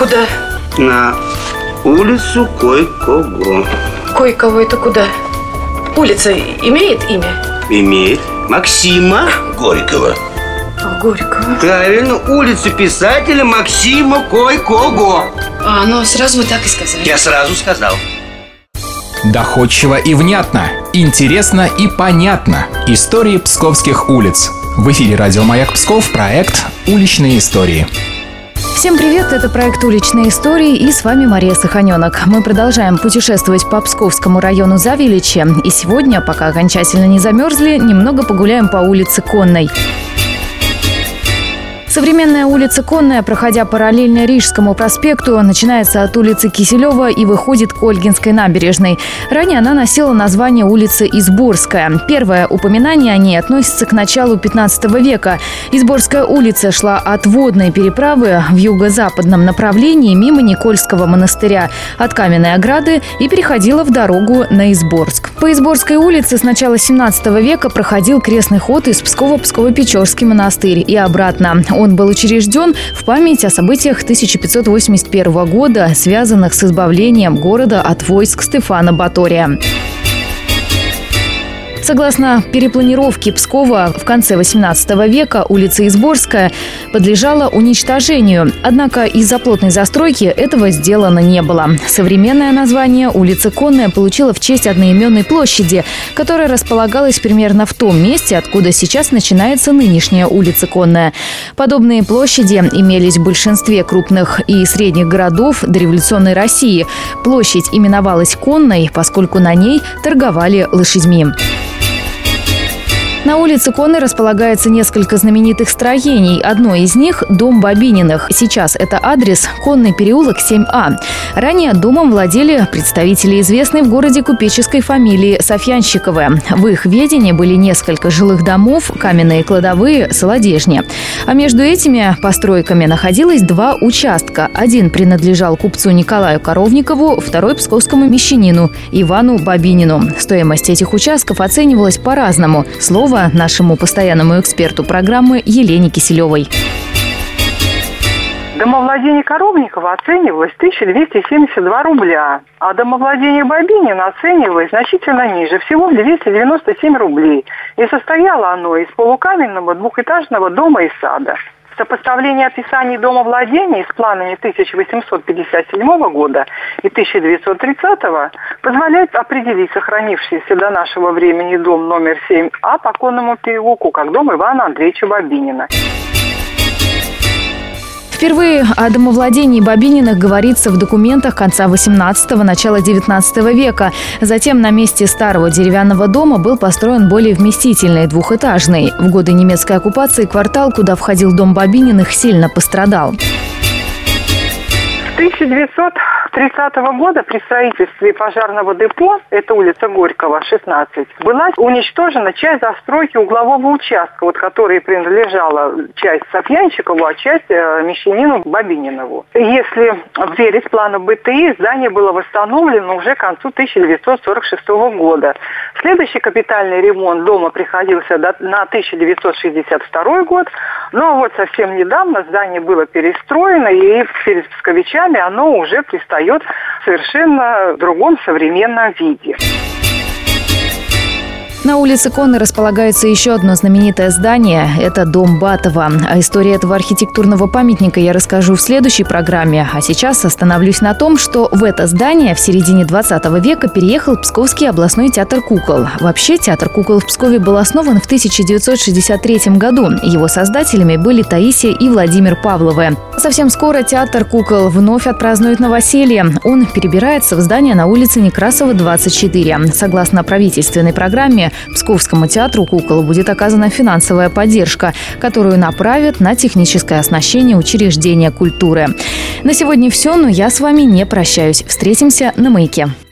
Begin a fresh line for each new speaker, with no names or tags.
Куда?
На улицу кое-кого.
Кое-кого это куда? Улица имеет имя?
Имеет. Максима Горького.
Горького.
Правильно, улицу писателя Максима Кое-кого.
Ну сразу вы так и сказали.
Я сразу сказал.
Доходчиво и внятно, интересно и понятно. Истории псковских улиц. В эфире радио «Маяк Псков», проект «Уличные истории».
Всем привет, это проект «Уличные истории» и с вами Мария Саханенок. Мы продолжаем путешествовать по Псковскому району Завиличья. И сегодня, пока окончательно не замерзли, немного погуляем по улице Конной. Современная улица Конная, проходя параллельно Рижскому проспекту, начинается от улицы Киселева и выходит к Ольгинской набережной. Ранее она носила название улица Изборская. Первое упоминание о ней относится к началу 15 века. Изборская улица шла от водной переправы в юго-западном направлении мимо Никольского монастыря, от Каменной ограды и переходила в дорогу на Изборск. По Изборской улице с начала 17 века проходил крестный ход из Пскова Псково-Печорский монастырь и обратно. Он был учрежден в память о событиях 1581 года, связанных с избавлением города от войск Стефана Батория. Согласно перепланировке Пскова в конце 18 века улица Изборская подлежала уничтожению. Однако из-за плотной застройки этого сделано не было. Современное название улица Конная получила в честь одноименной площади, которая располагалась примерно в том месте, откуда сейчас начинается нынешняя улица Конная. Подобные площади имелись в большинстве крупных и средних городов дореволюционной России. Площадь именовалась Конной, поскольку на ней торговали лошадьми. На улице Конной располагается несколько знаменитых строений. Одно из них – дом Бабининых. Сейчас это адрес Конный переулок, 7А. Ранее домом владели представители известной в городе купеческой фамилии Софьянщиковы. В их ведении были несколько жилых домов, каменные кладовые, солодежня. А между этими постройками находилось два участка. Один принадлежал купцу Николаю Коровникову, второй – псковскому мещанину Ивану Бабинину. Стоимость этих участков оценивалась по-разному. Слово нашему постоянному эксперту программы Елене Киселевой.
Домовладение Коровникова оценивалось 1272 рубля, а домовладение Бабинина оценивалось значительно ниже, всего в 297 рублей. И состояло оно из полукаменного двухэтажного дома и сада. Сопоставление описаний домовладений с планами 1857 года и 1930 позволяет определить сохранившийся до нашего времени дом номер 7А по Конному переулку как дом Ивана Андреевича Бабинина.
Впервые о домовладении Бабининых говорится в документах конца 18-го, начала 19 века. Затем на месте старого деревянного дома был построен более вместительный двухэтажный. В годы немецкой оккупации квартал, куда входил дом Бабининых, сильно пострадал.
С 1930 года при строительстве пожарного депо, это улица Горького, 16, была уничтожена часть застройки углового участка, которой принадлежала часть Софьянщикову, а часть мещанину Бабининову. Если верить плану БТИ, здание было восстановлено уже к концу 1946 года. Следующий капитальный ремонт дома приходился на 1962 год, но совсем недавно здание было перестроено, и перед псковичами оно уже предстает в совершенно другом современном виде.
На улице Конной располагается еще одно знаменитое здание – это дом Батова. О истории этого архитектурного памятника я расскажу в следующей программе. А сейчас остановлюсь на том, что в это здание в середине 20 века переехал Псковский областной театр кукол. Вообще, театр кукол в Пскове был основан в 1963 году. Его создателями были Таисия и Владимир Павловы. Совсем скоро театр кукол вновь отпразднует новоселье. Он перебирается в здание на улице Некрасова, 24. Согласно правительственной программе, Псковскому театру кукол будет оказана финансовая поддержка, которую направят на техническое оснащение учреждения культуры. На сегодня все, но я с вами не прощаюсь. Встретимся на «Маяке».